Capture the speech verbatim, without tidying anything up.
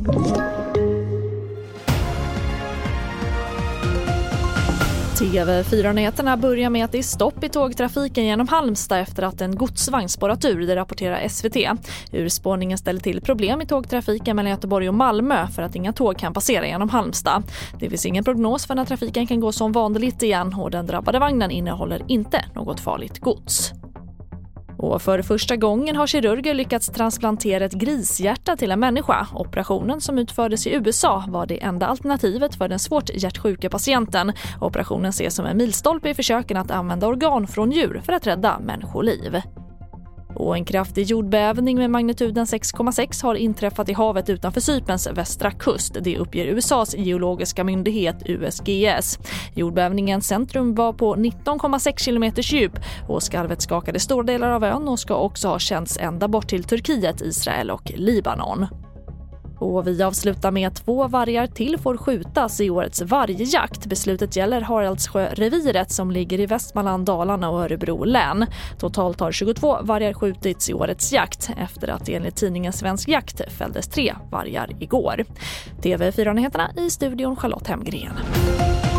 T V fyra-nyheterna börjar med att det är stopp i tågtrafiken genom Halmstad efter att en godsvagn spårat ur, det rapporterar S V T. Urspårningen ställer till problem i tågtrafiken mellan Göteborg och Malmö för att inga tåg kan passera genom Halmstad. Det finns ingen prognos för när trafiken kan gå som vanligt igen och den drabbade vagnen innehåller inte något farligt gods. Och för första gången har kirurger lyckats transplantera ett grishjärta till en människa. Operationen som utfördes i U S A var det enda alternativet för den svårt hjärtsjuka patienten. Operationen ses som en milstolpe i försöken att använda organ från djur för att rädda människoliv. Och en kraftig jordbävning med magnituden sex komma sex har inträffat i havet utanför Cyperns västra kust. Det uppger U S A:s geologiska myndighet U S G S. Jordbävningens centrum var på nitton komma sex kilometers djup och skalvet skakade stora delar av ön och ska också ha känts ända bort till Turkiet, Israel och Libanon. Och vi avslutar med att två vargar till får skjutas i årets vargjakt. Beslutet gäller Haraldssjö-reviret som ligger i Västmanland, Dalarna och Örebro län. Totalt har tjugotvå vargar skjutits i årets jakt efter att enligt tidningen Svensk Jakt fälldes tre vargar igår. T V fyra-nyheterna i studion Charlotte Hemgren.